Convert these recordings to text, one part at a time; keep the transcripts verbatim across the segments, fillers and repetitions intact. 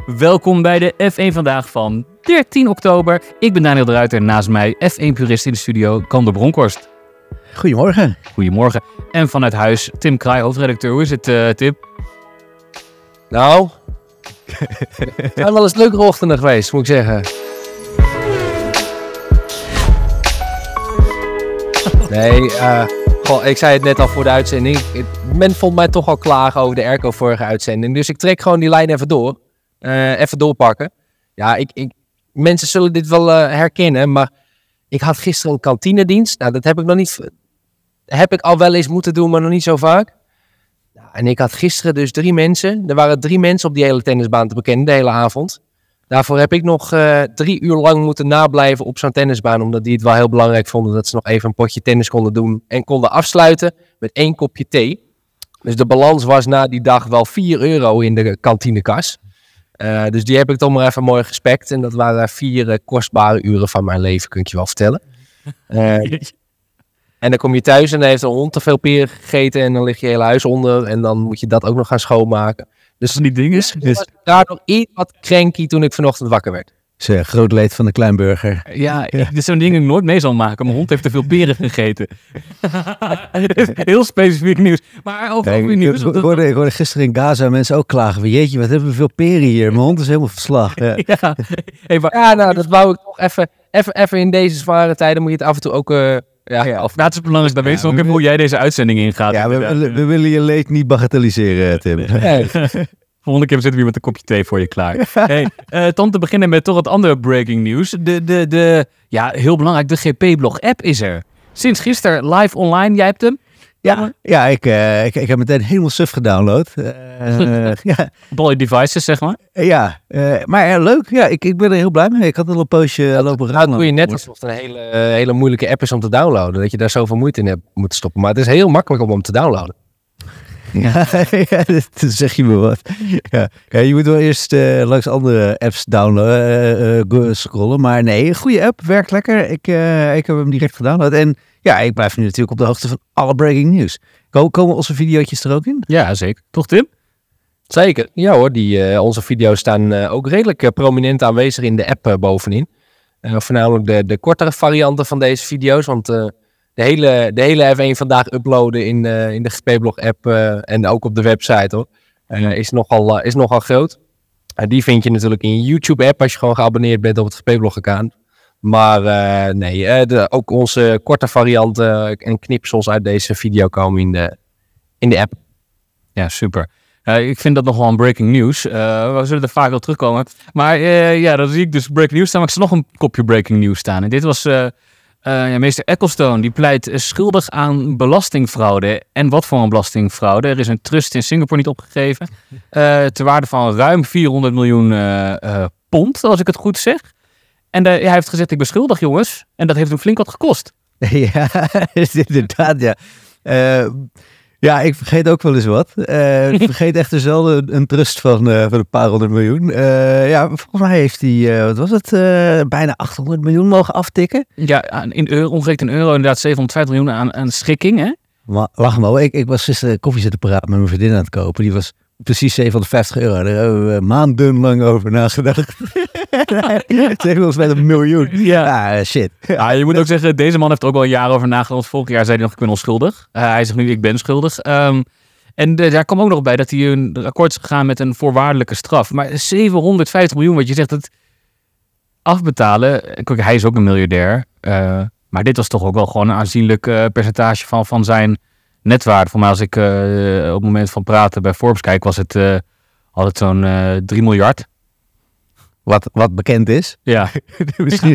Welkom bij de F één Vandaag van dertien oktober. Ik ben Daniel de Ruiter en naast mij F één-purist in de studio, Kander Bronkhorst. Goedemorgen. Goedemorgen. En vanuit huis, Tim Kraai, hoofdredacteur. Hoe is het, uh, Tim? Nou, het zijn wel eens leukere ochtenden geweest, moet ik zeggen. Nee, uh, goh, ik zei het net al voor de uitzending. Men vond mij toch al klagen over de airco vorige uitzending. Dus ik trek gewoon die lijn even door. Uh, even doorpakken. Ja, ik, ik, mensen zullen dit wel uh, herkennen, maar ik had gisteren een kantinedienst. Nou, dat heb ik nog niet... Heb ik al wel eens moeten doen, maar nog niet zo vaak. Nou, en ik had gisteren dus drie mensen. Er waren drie mensen op die hele tennisbaan te bekennen, de hele avond. Daarvoor heb ik nog uh, drie uur lang moeten nablijven op zo'n tennisbaan. Omdat die het wel heel belangrijk vonden dat ze nog even een potje tennis konden doen. En konden afsluiten met één kopje thee. Dus de balans was na die dag wel vier euro in de kantinekas. Uh, dus die heb ik toch maar even mooi gespekt. En dat waren vier uh, kostbare uren van mijn leven, kun ik je wel vertellen. Uh, en dan kom je thuis en dan heeft een hond te veel peren gegeten. En dan ligt je hele huis onder. En dan moet je dat ook nog gaan schoonmaken. Dus die ding is... Ik was daar nog iets wat cranky toen ik vanochtend wakker werd. Zeg, groot leed van de kleinburger. Ja, ik, dit is zo'n ding ik nooit mee zal maken. Mijn hond heeft te veel peren gegeten. Heel specifiek nieuws. Maar over Kijk, nieuws... Ik hoorde, ik hoorde gisteren in Gaza mensen ook klagen. Jeetje, wat hebben we veel peren hier. Mijn hond is helemaal verslag. Ja, ja. Hey, maar... ja nou, dat wou ik toch even... Even, even in deze zware tijden moet je het af en toe ook... Uh, Ja, ja, of, nou, het is belangrijk, dan ja, weet je ook even hoe jij deze uitzending ingaat. Ja, we, we, we willen je leed niet bagatelliseren, Tim. Nee. Volgende keer zitten we hier met een kopje thee voor je klaar. Hey, uh, Tom, te beginnen met toch het andere breaking news. De, de, de, ja, heel belangrijk, de G P-blog-app is er. Sinds gisteren live online, jij hebt hem? Ja, ja ik, uh, ik, ik heb meteen helemaal suf gedownload. Uh, uh, ja. Op al je devices, zeg maar. Ja, uh, maar ja, leuk. Ja, ik, ik ben er heel blij mee. Ik had al een poosje ja, lopen raden. Dat doe je net alsof het een hele, uh, hele moeilijke app is om te downloaden. Dat je daar zoveel moeite in hebt moeten stoppen. Maar het is heel makkelijk om hem te downloaden. Ja, ja, dat zeg je me wat. Ja. Ja, je moet wel eerst uh, langs andere apps downloaden, uh, uh, scrollen. Maar nee, een goede app, werkt lekker. Ik, uh, ik heb hem direct gedownload. En ja, ik blijf nu natuurlijk op de hoogte van alle breaking news. Komen onze video's er ook in? Ja, zeker. Toch, Tim? Zeker. Ja hoor, die, uh, onze video's staan uh, ook redelijk uh, prominent aanwezig in de app uh, bovenin. Uh, voornamelijk de, de kortere varianten van deze video's, want... Uh, De hele, de hele F één Vandaag uploaden in, uh, in de G P-blog-app uh, en ook op de website hoor, uh, is, nogal, uh, is nogal groot. Uh, die vind je natuurlijk in je YouTube-app als je gewoon geabonneerd bent op het G P-blog-account. Maar uh, nee, uh, de, ook onze korte varianten en knipsels uit deze video komen in de, in de app. Ja, super. Uh, ik vind dat nog wel een breaking news. Uh, we zullen er vaak wel terugkomen. Maar uh, ja, dan zie ik dus breaking news staan, maar ik zie nog een kopje breaking news staan. En dit was... Uh, Uh, ja, meester Ecclestone die pleit uh, schuldig aan belastingfraude. En wat voor een belastingfraude? Er is een trust in Singapore niet opgegeven. Uh, ter waarde van ruim vierhonderd miljoen uh, uh, pond, als ik het goed zeg. En uh, hij heeft gezegd, ik ben schuldig jongens. En dat heeft hem flink wat gekost. Ja, inderdaad ja. Uh, ja, ik vergeet ook wel eens wat. Uh, ik vergeet echt zelden een trust van, uh, van een paar honderd miljoen. Uh, ja, volgens mij heeft hij, uh, wat was het, uh, bijna achthonderd miljoen mogen aftikken. Ja, in euro, omgerekend in euro inderdaad zevenhonderdvijftig miljoen aan, aan schikking, hè? Maar, lach maar, ik, ik was gisteren koffie zitten praten met mijn vriendin aan het kopen. Die was precies zevenhonderdvijftig euro. Daar hebben we maandenlang over nagedacht. Ze heeft ons met een miljoen. Ja, ah, shit. Ja, je moet ook zeggen, deze man heeft er ook al een jaar over nagedacht. Vorig jaar zei hij nog, ik ben onschuldig. Uh, hij zegt nu, ik ben schuldig. Um, en de, daar kwam ook nog bij dat hij een akkoord is gegaan met een voorwaardelijke straf. Maar zevenhonderdvijftig miljoen, wat je zegt, het afbetalen. Kijk, hij is ook een miljardair. Uh, maar dit was toch ook wel gewoon een aanzienlijk uh, percentage van, van zijn netwaarde. Voor mij, als ik uh, op het moment van praten bij Forbes kijk, was het uh, altijd zo'n uh, drie miljard. Wat, wat bekend is. Ja. Misschien.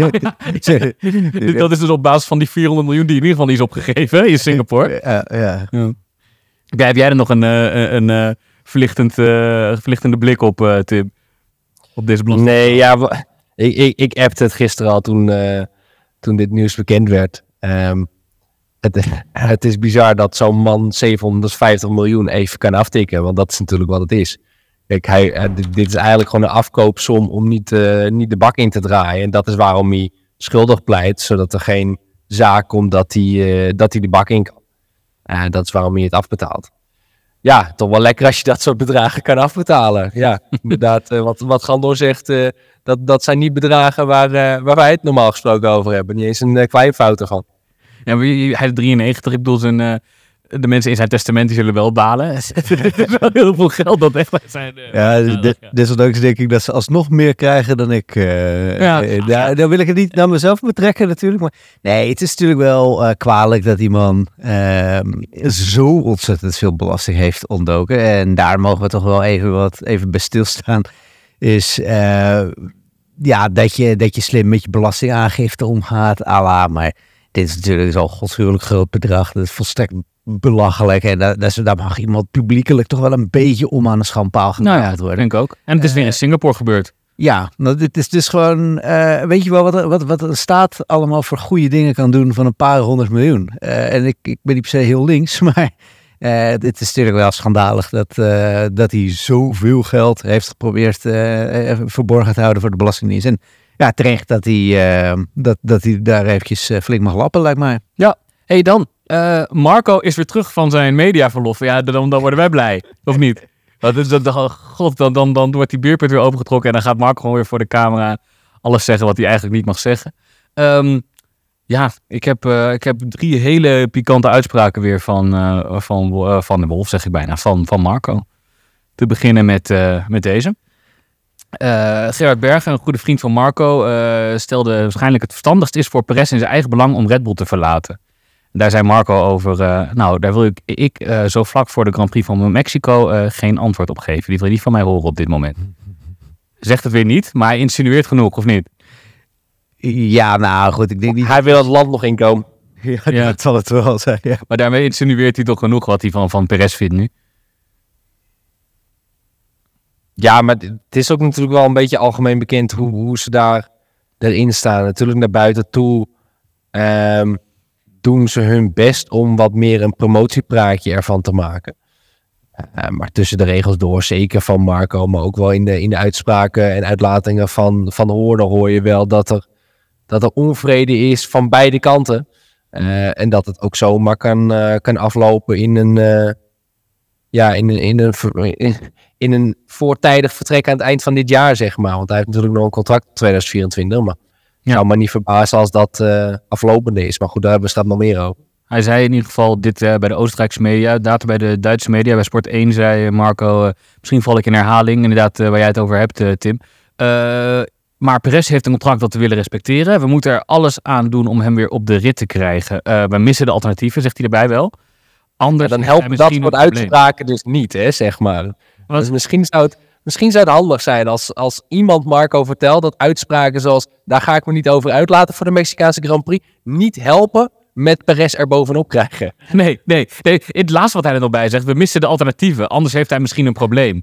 Dat is dus op basis van die vierhonderd miljoen die in ieder geval niet is opgegeven in Singapore. Ja, ja. Ja. Ja, heb jij er nog een, een, een, een verlichtend, uh, verlichtende blik op, uh, Tim? Op deze belasting? Nee, ja, ik, ik, ik appte het gisteren al toen, uh, toen dit nieuws bekend werd. Um, het, het is bizar dat zo'n man zevenhonderdvijftig miljoen even kan aftikken, want dat is natuurlijk wat het is. Kijk, hij, dit, dit is eigenlijk gewoon een afkoopsom om niet, uh, niet de bak in te draaien. En dat is waarom hij schuldig pleit, zodat er geen zaak komt dat hij, uh, dat hij de bak in kan. Uh, dat is waarom hij het afbetaalt. ja, toch wel lekker als je dat soort bedragen kan afbetalen. Ja, inderdaad, uh, wat, wat Gandor zegt, uh, dat, dat zijn niet bedragen waar, uh, waar wij het normaal gesproken over hebben. Niet eens een uh, klein fout ervan. Ja, maar hij is drieënnegentig, ik bedoel, zijn, uh, de mensen in zijn testament die zullen wel balen. Het is wel heel veel geld dat echt zijn. Uh, ja, ja, de, ja, desondanks denk ik dat ze alsnog meer krijgen dan ik. Uh, ja, uh, ja. Dan wil ik het niet naar mezelf betrekken natuurlijk. Maar nee, het is natuurlijk wel uh, kwalijk dat die man uh, zo ontzettend veel belasting heeft ontdoken. En daar mogen we toch wel even wat even bij stilstaan. Is uh, ja, dat je, dat je slim met je belastingaangifte omgaat. Ala, maar dit is natuurlijk zo'n godschuwelijk groot bedrag. Dat is volstrekt belachelijk. En daar, daar mag iemand publiekelijk toch wel een beetje om aan de schandpaal gebracht nou ja, worden. Denk ik ook. En het is uh, weer in Singapore gebeurd. Ja, nou, dit is dus gewoon... Uh, weet je wel wat, wat, wat een staat allemaal voor goede dingen kan doen van een paar honderd miljoen. Uh, en ik, ik ben niet per se heel links, maar uh, het is natuurlijk wel schandalig dat, uh, dat hij zoveel geld heeft geprobeerd uh, verborgen te houden voor de Belastingdienst. En ja, terecht dat hij, uh, dat, dat hij daar eventjes uh, flink mag lappen, lijkt mij. Ja, hey dan. Uh, Marco is weer terug van zijn mediaverlof. Ja, dan, dan worden wij blij. Of niet? Dat is, dat, dat, God, dan, dan, dan wordt die beerput weer opengetrokken. En dan gaat Marco gewoon weer voor de camera alles zeggen wat hij eigenlijk niet mag zeggen. Um, ja, ik heb, uh, ik heb drie hele pikante uitspraken weer van, uh, van, uh, van de Wolf, zeg ik bijna. Van, van Marco. Te beginnen met, uh, met deze. Uh, Gerard Berger, een goede vriend van Marco, uh, stelde waarschijnlijk het verstandigst is voor Perez in zijn eigen belang om Red Bull te verlaten. Daar zei Marco over, uh, nou, daar wil ik, ik uh, zo vlak voor de Grand Prix van Mexico uh, geen antwoord op geven. Die wil je niet van mij horen op dit moment. Zegt het weer niet, maar hij insinueert genoeg, of niet? Ja, nou goed, ik denk niet... Hij wil het land nog inkomen. Ja, ja, dat zal het wel zijn, ja. Maar daarmee insinueert hij toch genoeg wat hij van, van Perez vindt nu? Ja, maar het is ook natuurlijk wel een beetje algemeen bekend hoe, hoe ze daar erin staan. Natuurlijk naar buiten toe um, doen ze hun best om wat meer een promotiepraatje ervan te maken. Uh, maar tussen de regels door, zeker van Marco, maar ook wel in de, in de uitspraken en uitlatingen van, van Horner hoor je wel dat er, dat er onvrede is van beide kanten. Uh, en dat het ook zomaar kan, uh, kan aflopen in een... Uh, Ja, in een, in, een, in, in een voortijdig vertrek aan het eind van dit jaar, zeg maar. Want hij heeft natuurlijk nog een contract tot tweeduizend vierentwintig. Maar ja. zou me niet verbazen als dat uh, aflopende is. Maar goed, daar hebben we straks nog meer over. Hij zei in ieder geval dit uh, bij de Oostenrijkse media. Later bij de Duitse media, bij Sport één, zei Marco... Uh, misschien val ik in herhaling, inderdaad, uh, waar jij het over hebt, uh, Tim. Uh, maar Perez heeft een contract dat we willen respecteren. We moeten er alles aan doen om hem weer op de rit te krijgen. Uh, we missen de alternatieven, zegt hij erbij wel. Anders ja, dan helpt dat soort uitspraken dus niet, hè, zeg maar. Dus misschien zou het, misschien zou het handig zijn als, als iemand Marco vertelt dat uitspraken zoals, daar ga ik me niet over uitlaten voor de Mexicaanse Grand Prix, niet helpen met Perez er bovenop krijgen. Nee, nee, nee. Het laatste wat hij er nog bij zegt, we missen de alternatieven, anders heeft hij misschien een probleem.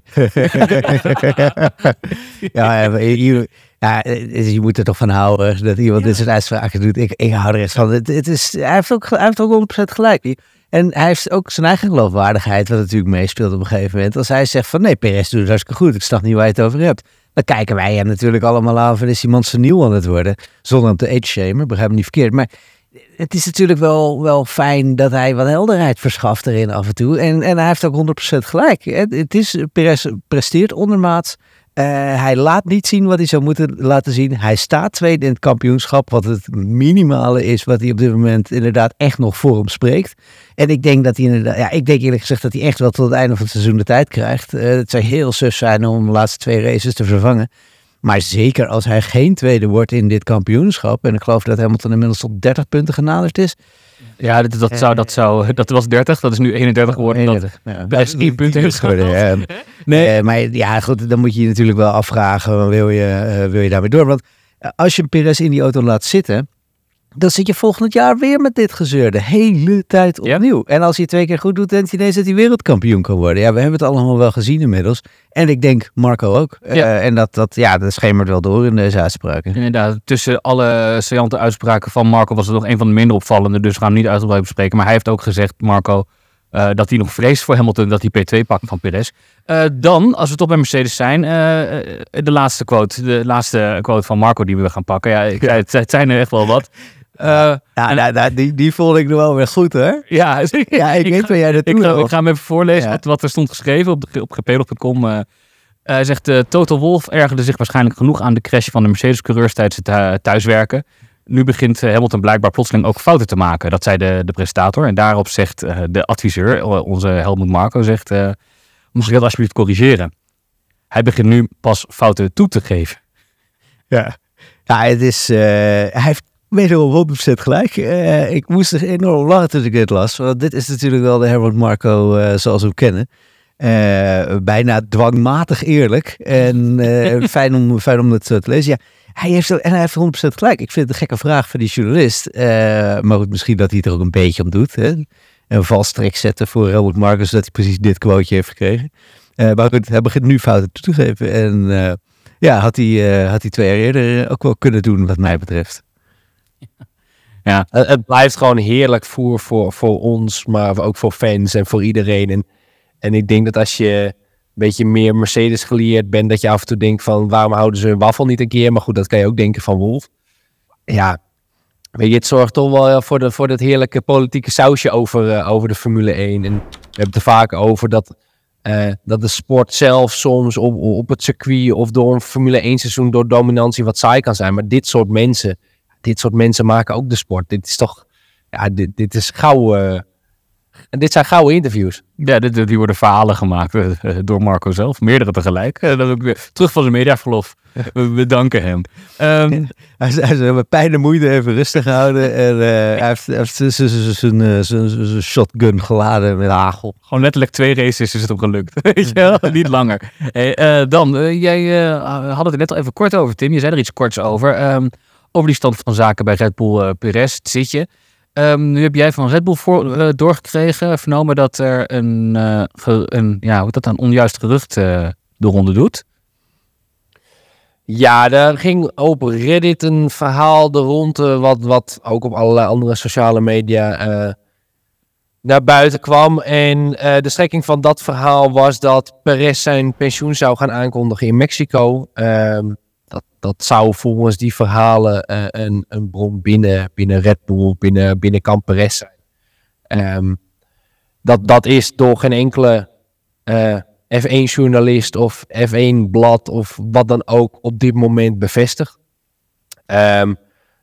ja, je, ja, je moet er toch van houden dat iemand ja. dit soort uitspraken doet. Ik, ik hou er eens van. Het, het is, hij heeft ook, hij heeft ook honderd procent gelijk. En hij heeft ook zijn eigen geloofwaardigheid, wat natuurlijk meespeelt op een gegeven moment. Als hij zegt van nee, Perez doet het hartstikke goed, ik snap niet waar je het over hebt. Dan kijken wij hem natuurlijk allemaal aan van is die man seniel aan het worden. Zonder hem te age-shamen, begrijp me niet verkeerd. Maar het is natuurlijk wel, wel fijn dat hij wat helderheid verschaft erin af en toe. En, en hij heeft ook honderd procent gelijk. Het, het is, Perez presteert ondermaats. Uh, hij laat niet zien wat hij zou moeten laten zien. Hij staat tweede in het kampioenschap, wat het minimale is wat hij op dit moment inderdaad echt nog voor hem spreekt. En ik denk dat hij inderdaad, ja, ik denk eerlijk gezegd dat hij echt wel tot het einde van het seizoen de tijd krijgt. Uh, het zou heel suf zijn om de laatste twee races te vervangen. Maar zeker als hij geen tweede wordt in dit kampioenschap, en ik geloof dat Hamilton inmiddels tot dertig punten genaderd is. Ja, dat, dat, zou, dat, zou, dat was dertig, dat is nu eenendertig geworden. eenendertig, dat ja. Bij één punt heeft geworden. Ja. Nee, uh, maar ja, goed, dan moet je je natuurlijk wel afvragen, wil je, uh, wil je daarmee door? Want uh, als je een Perez in die auto laat zitten, dan zit je volgend jaar weer met dit gezeur de hele tijd opnieuw. Ja. En als hij twee keer goed doet, denkt hij ineens dat hij wereldkampioen kan worden. Ja, we hebben het allemaal wel gezien inmiddels. En ik denk Marco ook. Ja. Uh, en dat, dat, ja, dat schemert wel door in deze uitspraken. Inderdaad, tussen alle saillante uitspraken van Marco was het nog een van de minder opvallende. Dus we gaan hem niet uitgebreid bespreken. Maar hij heeft ook gezegd, Marco, uh, dat hij nog vreest voor Hamilton dat hij P twee pakt van Perez. Uh, dan, als we toch bij Mercedes zijn, uh, de laatste quote. De laatste quote van Marco die we gaan pakken. Ja, ik, ja. Het, het zijn er echt wel wat. Uh, ja, en, nou, nou, die, die vond ik nog wel weer goed, hoor. Ja, ja ik, ik weet waar jij naartoe ik, ik ga hem even voorlezen ja. wat, wat er stond geschreven op, de, op g p log punt com. Uh, hij zegt, uh, Toto Wolff ergerde zich waarschijnlijk genoeg aan de crash van de Mercedes-coureurs tijdens het uh, thuiswerken. Nu begint uh, Hamilton blijkbaar plotseling ook fouten te maken. Dat zei de, de presentator. En daarop zegt uh, de adviseur, onze Helmut Marko, zegt, uh, mag ik dat alsjeblieft corrigeren? Hij begint nu pas fouten toe te geven. Ja, ja het is, uh, hij heeft wederom honderd procent gelijk. Uh, ik moest er enorm lachen toen ik dit las. Want dit is natuurlijk wel de Helmut Marko uh, zoals we hem kennen. Uh, bijna dwangmatig eerlijk. En uh, fijn, om, fijn om het te lezen. Ja, hij heeft, en hij heeft honderd procent gelijk. Ik vind het een gekke vraag van die journalist. Uh, maar goed, misschien dat hij het er ook een beetje om doet. Hè? Een valstrik zetten voor Helmut Marko, zodat hij precies dit quoteje heeft gekregen. Uh, maar goed, hij begint nu fouten toe te geven. En uh, ja, had hij, uh, had hij twee jaar eerder ook wel kunnen doen, wat mij betreft. Ja, het blijft gewoon heerlijk voor, voor, voor ons, maar ook voor fans en voor iedereen. En, en ik denk dat als je een beetje meer Mercedes geleerd bent, dat je af en toe denkt van, waarom houden ze hun waffel niet een keer? Maar goed, dat kan je ook denken van Wolff. Ja, weet je, het zorgt toch wel voor, de, voor dat heerlijke politieke sausje over, uh, over de Formule één. En we hebben het er vaak over dat, uh, dat de sport zelf soms op, op het circuit of door een Formule één seizoen door dominantie wat saai kan zijn. Maar dit soort mensen... Dit soort mensen maken ook de sport. Dit is toch... Ja, dit, dit is gauw... Uh, dit zijn gouden interviews. Ja, dit, die worden verhalen gemaakt uh, door Marco zelf. Meerdere tegelijk. Uh, dat ook weer terug van zijn mediaverlof. We bedanken hem. Um, hij is met pijn en moeite even rustig gehouden. En uh, hij heeft zijn shotgun geladen met hagel. Gewoon letterlijk twee races is het hem gelukt. Weet je wel? Niet langer. Hey, uh, dan, uh, jij uh, had het er net al even kort over, Tim. Je zei er iets korts over. Um, Over die stand van zaken bij Red Bull uh, Perez, het zit je. Um, nu heb jij van Red Bull voor, uh, doorgekregen, vernomen dat er een, uh, ge, een, ja, hoe dat een onjuist gerucht uh, de ronde doet. Ja, er ging op Reddit een verhaal de ronde, wat, wat ook op allerlei andere sociale media uh, naar buiten kwam. En uh, de strekking van dat verhaal was dat Perez zijn pensioen zou gaan aankondigen in Mexico. Um, Dat, dat zou volgens die verhalen uh, een, een bron binnen, binnen Red Bull, binnen, binnen Kamp Perez zijn. Um, dat, dat is door geen enkele uh, F één journalist of F één blad of wat dan ook op dit moment bevestigd. Um,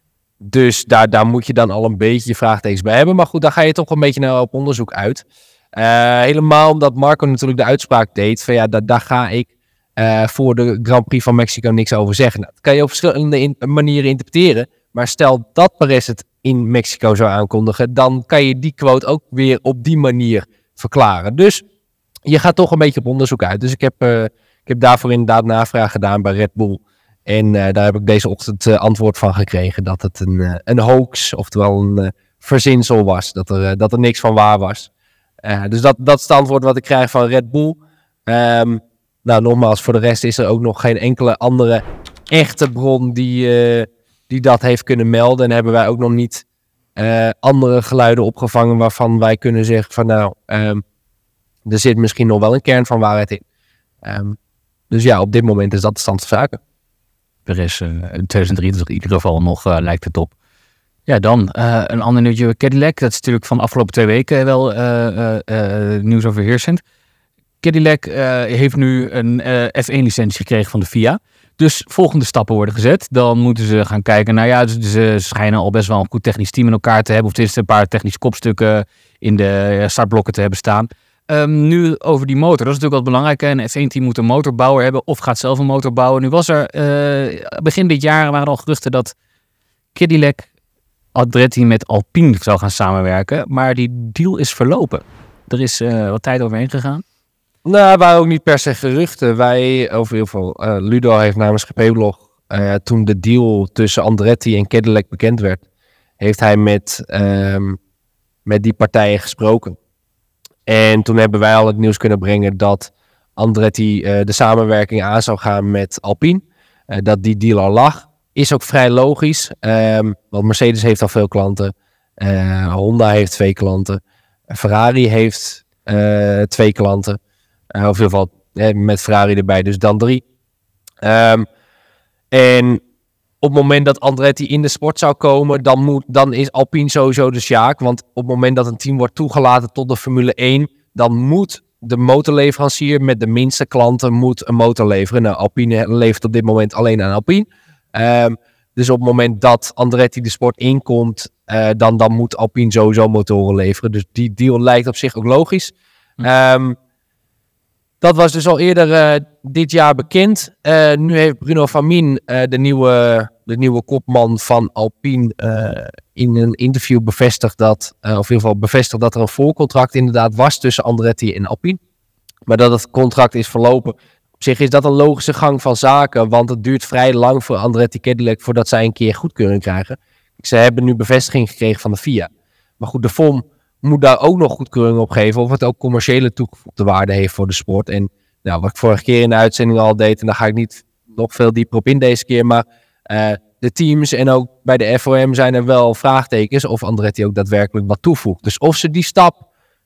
dus daar, daar moet je dan al een beetje vraagtekens bij hebben. Maar goed, daar ga je toch een beetje naar op onderzoek uit. Uh, helemaal omdat Marco natuurlijk de uitspraak deed van ja, daar, daar ga ik Uh, voor de Grand Prix van Mexico niks over zeggen. Nou, dat kan je op verschillende in- manieren interpreteren. Maar stel dat Perez het in Mexico zou aankondigen, dan kan je die quote ook weer op die manier verklaren. Dus je gaat toch een beetje op onderzoek uit. Dus ik heb, uh, ik heb daarvoor inderdaad navraag gedaan bij Red Bull. En uh, daar heb ik deze ochtend uh, antwoord van gekregen dat het een, uh, een hoax, oftewel een uh, verzinsel was. Dat er, uh, dat er niks van waar was. Uh, dus dat, dat is het antwoord wat ik krijg van Red Bull. Um, Nou, nogmaals, voor de rest is er ook nog geen enkele andere echte bron die, uh, die dat heeft kunnen melden. En hebben wij ook nog niet uh, andere geluiden opgevangen waarvan wij kunnen zeggen van nou, um, er zit misschien nog wel een kern van waarheid in. Um, dus ja, op dit moment is dat de stand van zaken. Er is uh, in tweeduizend drieëntwintig in ieder geval nog, uh, lijkt het op. Ja, dan uh, een ander nieuwtje. Cadillac, dat is natuurlijk van de afgelopen twee weken wel uh, uh, uh, nieuwsoverheersend. Cadillac uh, heeft nu een uh, F één licentie gekregen van de F I A. Dus volgende stappen worden gezet. Dan moeten ze gaan kijken. Nou ja, ze, ze schijnen al best wel een goed technisch team in elkaar te hebben. Of tenminste een paar technische kopstukken in de startblokken te hebben staan. Um, nu over die motor. Dat is natuurlijk wat belangrijk. Een F één team moet een motorbouwer hebben of gaat zelf een motor bouwen. Nu was er, uh, begin dit jaar waren er al geruchten dat Cadillac Andretti met Alpine zou gaan samenwerken. Maar die deal is verlopen. Er is uh, wat tijd overheen gegaan. Nou, waren ook niet per se geruchten. Wij, over heel veel, uh, Ludo heeft namens G P Blog, uh, toen de deal tussen Andretti en Cadillac bekend werd, heeft hij met, um, met die partijen gesproken. En toen hebben wij al het nieuws kunnen brengen dat Andretti uh, de samenwerking aan zou gaan met Alpine. Uh, dat die deal al lag. Is ook vrij logisch, um, want Mercedes heeft al veel klanten. Uh, Honda heeft twee klanten. Ferrari heeft uh, twee klanten. Uh, of in ieder geval eh, met Ferrari erbij, dus dan drie. Um, en op het moment dat Andretti in de sport zou komen, dan, moet, dan is Alpine sowieso de sjaak. Want op het moment dat een team wordt toegelaten tot de Formule één, dan moet de motorleverancier met de minste klanten moet een motor leveren. Nou, Alpine levert op dit moment alleen aan Alpine. Um, dus op het moment dat Andretti de sport inkomt, uh, dan, dan moet Alpine sowieso motoren leveren. Dus die deal lijkt op zich ook logisch. Um, dat was dus al eerder uh, dit jaar bekend. Uh, nu heeft Bruno Famin, uh, de, nieuwe, de nieuwe kopman van Alpine, uh, in een interview bevestigd dat, uh, of in ieder geval bevestigd dat er een voorcontract inderdaad was tussen Andretti en Alpine. Maar dat het contract is verlopen. Op zich is dat een logische gang van zaken, want het duurt vrij lang voor Andretti Cadillac voordat zij een keer goedkeuring krijgen. Ze hebben nu bevestiging gekregen van de F I A. Maar goed, de F O M moet daar ook nog goedkeuring op geven of het ook commerciële toegevoegde waarde heeft voor de sport. En nou, wat ik vorige keer in de uitzending al deed, en daar ga ik niet nog veel dieper op in deze keer, maar uh, de teams en ook bij de F O M zijn er wel vraagtekens of Andretti ook daadwerkelijk wat toevoegt. Dus of ze die stap,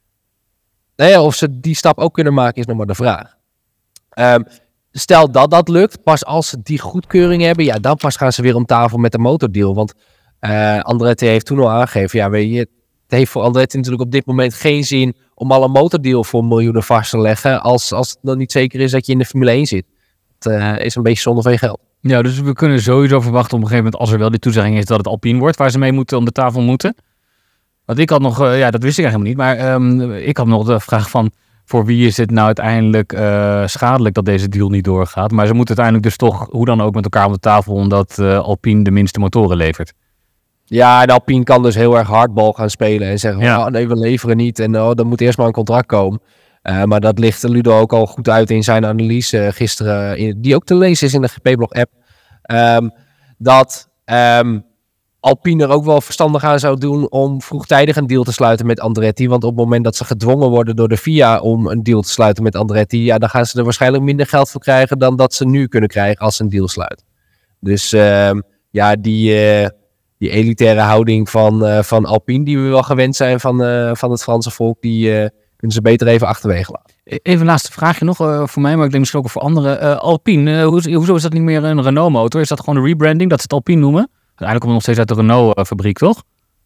nee, of ze die stap ook kunnen maken, is nog maar de vraag. Um, stel dat dat lukt, pas als ze die goedkeuring hebben, ja, dan pas gaan ze weer om tafel met de motordeal. Want uh, Andretti heeft toen al aangegeven, ja, weet je, het heeft voor Andretti natuurlijk op dit moment geen zin om al een motordeal voor miljoenen vast te leggen, als, als het dan niet zeker is dat je in de Formule één zit. Het uh, is een beetje zonde van je geld. Ja, dus we kunnen sowieso verwachten op een gegeven moment, als er wel die toezegging is, dat het Alpine wordt, waar ze mee moeten om de tafel moeten. Want ik had nog, uh, ja, dat wist ik eigenlijk niet, maar um, ik had nog de vraag van, voor wie is het nou uiteindelijk uh, schadelijk dat deze deal niet doorgaat? Maar ze moeten uiteindelijk dus toch, hoe dan ook, met elkaar om de tafel, omdat uh, Alpine de minste motoren levert. Ja, en Alpine kan dus heel erg hardbal gaan spelen en zeggen, ja. oh, nee, we leveren niet en oh, dan moet eerst maar een contract komen. Uh, maar dat ligt Ludo ook al goed uit in zijn analyse uh, gisteren, in, die ook te lezen is in de G P Blog app. Um, dat um, Alpine er ook wel verstandig aan zou doen om vroegtijdig een deal te sluiten met Andretti. Want op het moment dat ze gedwongen worden door de F I A om een deal te sluiten met Andretti, ja, dan gaan ze er waarschijnlijk minder geld voor krijgen dan dat ze nu kunnen krijgen als ze een deal sluiten. Dus um, ja, die, uh, die elitaire houding van, uh, van Alpine, die we wel gewend zijn van, uh, van het Franse volk, die uh, kunnen ze beter even achterwege laten. Even een laatste vraagje nog uh, voor mij, maar ik denk misschien ook voor anderen. Uh, Alpine, uh, hoe, hoezo is dat niet meer een Renault motor? Is dat gewoon een rebranding, dat ze het Alpine noemen? Uiteindelijk komt het nog steeds uit de Renault-fabriek, toch?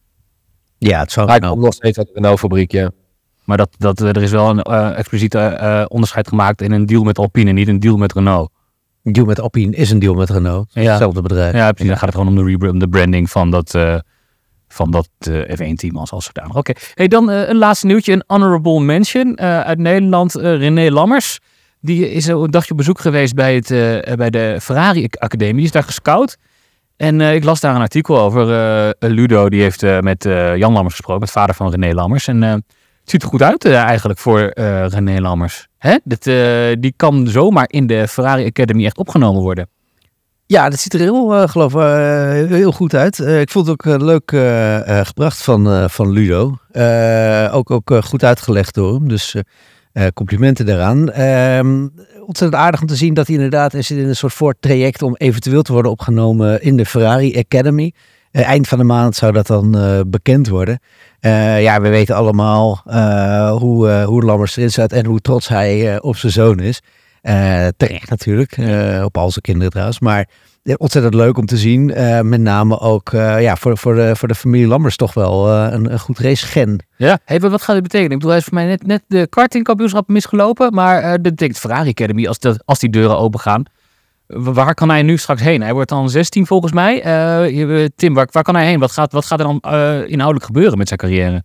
Ja, het zou Hij komt nog steeds uit de Renault-fabriek, ja. Maar dat, dat, er is wel een uh, expliciete uh, onderscheid gemaakt in een deal met Alpine, niet een deal met Renault. Een deal met Alpine is een deal met Renault. Ja. Hetzelfde bedrijf. Ja, precies. Dan gaat het gewoon om de, re- om de branding van dat, uh, van dat uh, F één team als, als zodanig. Oké. Okay. Hey, dan uh, een laatste nieuwtje. Een honorable mention uh, uit Nederland. Uh, René Lammers. Die is een dagje op bezoek geweest bij, het, uh, bij de Ferrari Academie. Die is daar gescout. En uh, ik las daar een artikel over. Uh, Ludo, die heeft uh, met uh, Jan Lammers gesproken, met vader van René Lammers. En uh, het ziet er goed uit uh, eigenlijk voor uh, René Lammers. Hè? Dat, uh, die kan zomaar in de Ferrari Academy echt opgenomen worden. Ja, dat ziet er heel, uh, geloof, uh, heel goed uit. Uh, ik vond het ook uh, leuk uh, uh, gebracht van, uh, van Ludo. Uh, ook ook uh, goed uitgelegd door hem. Dus uh, uh, complimenten daaraan. Uh, ontzettend aardig om te zien dat hij inderdaad is in een soort voortraject om eventueel te worden opgenomen in de Ferrari Academy. Uh, eind van de maand zou dat dan uh, bekend worden. Uh, ja, we weten allemaal uh, hoe, uh, hoe Lammers erin staat en hoe trots hij uh, op zijn zoon is. Uh, terecht natuurlijk, uh, op al zijn kinderen trouwens. Maar uh, ontzettend leuk om te zien. Uh, met name ook uh, ja, voor, voor, de, voor de familie Lammers toch wel uh, een, een goed race-gen. Ja, hey, wat gaat dit betekenen? Ik bedoel, hij is voor mij net, net de kartingkampioenschap misgelopen. Maar uh, dat betekent Ferrari Academy, als, de, als die deuren open gaan. Waar kan hij nu straks heen? Hij wordt dan zestien volgens mij. Uh, Tim, waar, waar kan hij heen? Wat gaat, wat gaat er dan uh, inhoudelijk gebeuren met zijn carrière?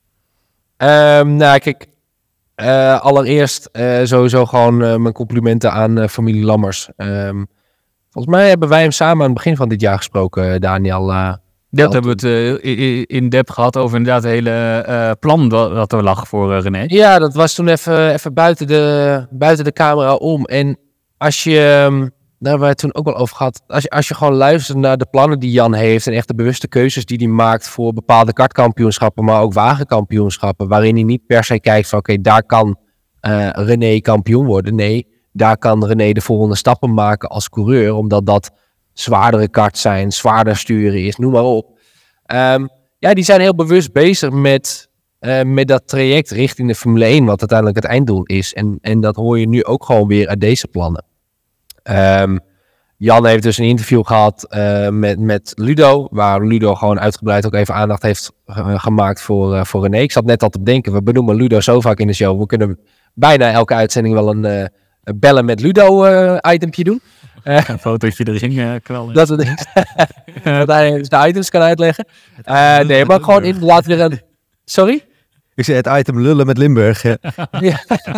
Um, nou, kijk... Uh, allereerst uh, sowieso gewoon uh, mijn complimenten aan uh, familie Lammers. Um, volgens mij hebben wij hem samen aan het begin van dit jaar gesproken, Daniel. Uh, dat hebben we het uh, in depth gehad over inderdaad het hele uh, plan dat, dat er lag voor uh, René. Ja, dat was toen even, even buiten, de, buiten de camera om. En als je, um, daar hebben we het toen ook wel over gehad, als je, als je gewoon luistert naar de plannen die Jan heeft en echt de bewuste keuzes die hij maakt voor bepaalde kartkampioenschappen, maar ook wagenkampioenschappen, waarin hij niet per se kijkt van oké, okay, daar kan uh, René kampioen worden. Nee, daar kan René de volgende stappen maken als coureur, omdat dat zwaardere karts zijn, zwaarder sturen is, noem maar op. Um, ja, die zijn heel bewust bezig met, uh, met dat traject richting de Formule één, wat uiteindelijk het einddoel is. En, en dat hoor je nu ook gewoon weer uit deze plannen. Um, Jan heeft dus een interview gehad uh, met, met Ludo, waar Ludo gewoon uitgebreid ook even aandacht heeft uh, gemaakt voor, uh, voor René. Ik zat net al te denken, we benoemen Ludo zo vaak in de show. We kunnen bijna elke uitzending wel een uh, bellen met Ludo uh, itempje doen. Uh, een fotootje erin uh, knallen. Dat, we, dat hij dus de items kan uitleggen. Uh, nee, maar gewoon inderdaad weer een... Sorry? Ik zei het item lullen met Limburg. Ja. Ja.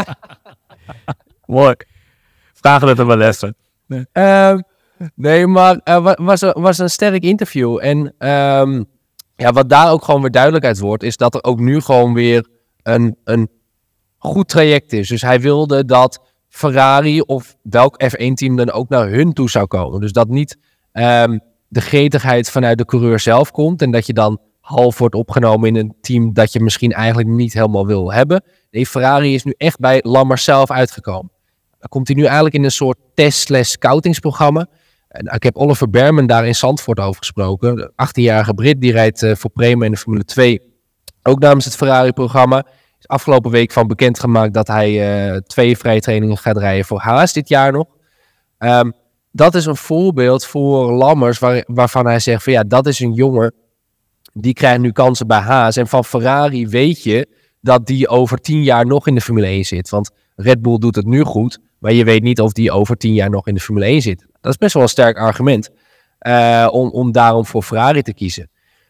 Mooi. Vragen dat er wel lessen. Nee. Uh, nee, maar het uh, was, was een sterk interview. En um, ja, wat daar ook gewoon weer duidelijk uit wordt, is dat er ook nu gewoon weer een, een goed traject is. Dus hij wilde dat Ferrari of welk F één team dan ook naar hun toe zou komen. Dus dat niet um, de gretigheid vanuit de coureur zelf komt en dat je dan half wordt opgenomen in een team dat je misschien eigenlijk niet helemaal wil hebben. Nee, Ferrari is nu echt bij Lammers zelf uitgekomen. Dan komt hij nu eigenlijk in een soort test-slash-scoutingsprogramma. En ik heb Oliver Bearman daar in Zandvoort over gesproken. De achttienjarige Brit, die rijdt uh, voor Prema in de Formule twee. Ook namens het Ferrari-programma. Is afgelopen week van bekendgemaakt dat hij uh, twee vrije trainingen gaat rijden voor Haas dit jaar nog. Um, dat is een voorbeeld voor Lammers waar, waarvan hij zegt van ja, dat is een jongen die krijgt nu kansen bij Haas. En van Ferrari weet je dat die over tien jaar nog in de Formule één zit. Want Red Bull doet het nu goed, maar je weet niet of die over tien jaar nog in de Formule één zit. Dat is best wel een sterk argument uh, om, om daarom voor Ferrari te kiezen.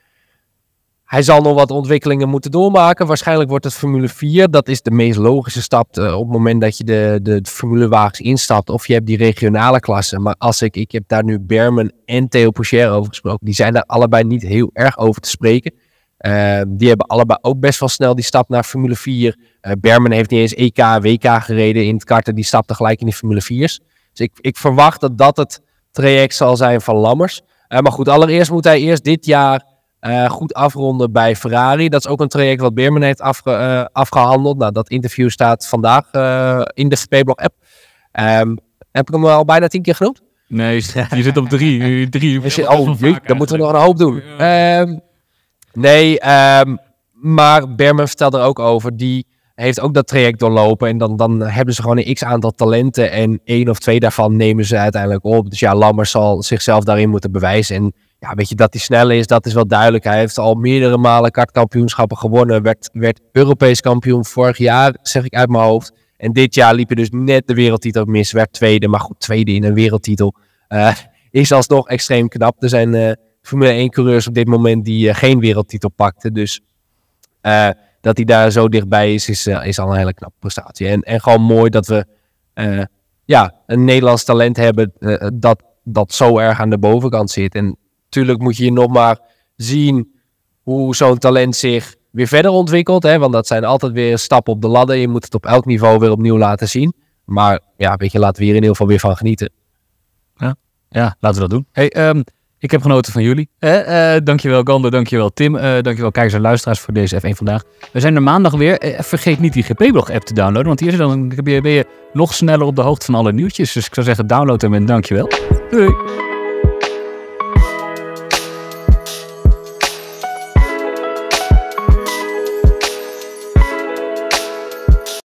Hij zal nog wat ontwikkelingen moeten doormaken. Waarschijnlijk wordt het Formule vier. Dat is de meest logische stap uh, op het moment dat je de, de, de Formulewagens instapt. Of je hebt die regionale klassen. Maar als ik, ik heb daar nu Bearman en Theo Pourchaire over gesproken. Die zijn daar allebei niet heel erg over te spreken. Uh, die hebben allebei ook best wel snel die stap naar Formule vier. Uh, Bearman heeft niet eens E K, W K gereden in het karten. Die stapte gelijk in de Formule viers. Dus ik, ik verwacht dat dat het traject zal zijn van Lammers. Uh, maar goed, allereerst moet hij eerst dit jaar uh, goed afronden bij Ferrari. Dat is ook een traject wat Bearman heeft afge, uh, afgehandeld. Nou, dat interview staat vandaag uh, in de P-blog app. Um, heb ik hem al bijna tien keer genoemd? Nee, je zit op drie. drie je, oh, jee, dan moeten we nog een hoop doen. Um, nee, um, maar Bearman vertelde er ook over. Die heeft ook dat traject doorlopen. En dan, dan hebben ze gewoon een x-aantal talenten. En één of twee daarvan nemen ze uiteindelijk op. Dus ja, Lammers zal zichzelf daarin moeten bewijzen. En ja, weet je, dat hij snel is, dat is wel duidelijk. Hij heeft al meerdere malen kartkampioenschappen gewonnen. Werd, werd Europees kampioen vorig jaar, zeg ik uit mijn hoofd. En dit jaar liep hij dus net de wereldtitel mis. Werd tweede, maar goed, tweede in een wereldtitel. Uh, is alsnog extreem knap. Er zijn uh, Formule één coureurs op dit moment die uh, geen wereldtitel pakten. Dus uh, dat hij daar zo dichtbij is, is, uh, is al een hele knappe prestatie. En, en gewoon mooi dat we uh, ja, een Nederlands talent hebben uh, dat, dat zo erg aan de bovenkant zit. En natuurlijk moet je nog maar zien hoe zo'n talent zich weer verder ontwikkelt. Hè? Want dat zijn altijd weer stappen op de ladder. Je moet het op elk niveau weer opnieuw laten zien. Maar ja, weet je, laten we hier in ieder geval weer van genieten. Ja, ja laten we dat doen. Hey, um, ik heb genoten van jullie. Eh, uh, dankjewel Gando, dankjewel Tim. Uh, dankjewel kijkers en luisteraars voor deze F één Vandaag. We zijn er maandag weer. Uh, vergeet niet die G P-blog app te downloaden. Want hier is dan, ben je nog sneller op de hoogte van alle nieuwtjes. Dus ik zou zeggen, download hem en dankjewel. Doei.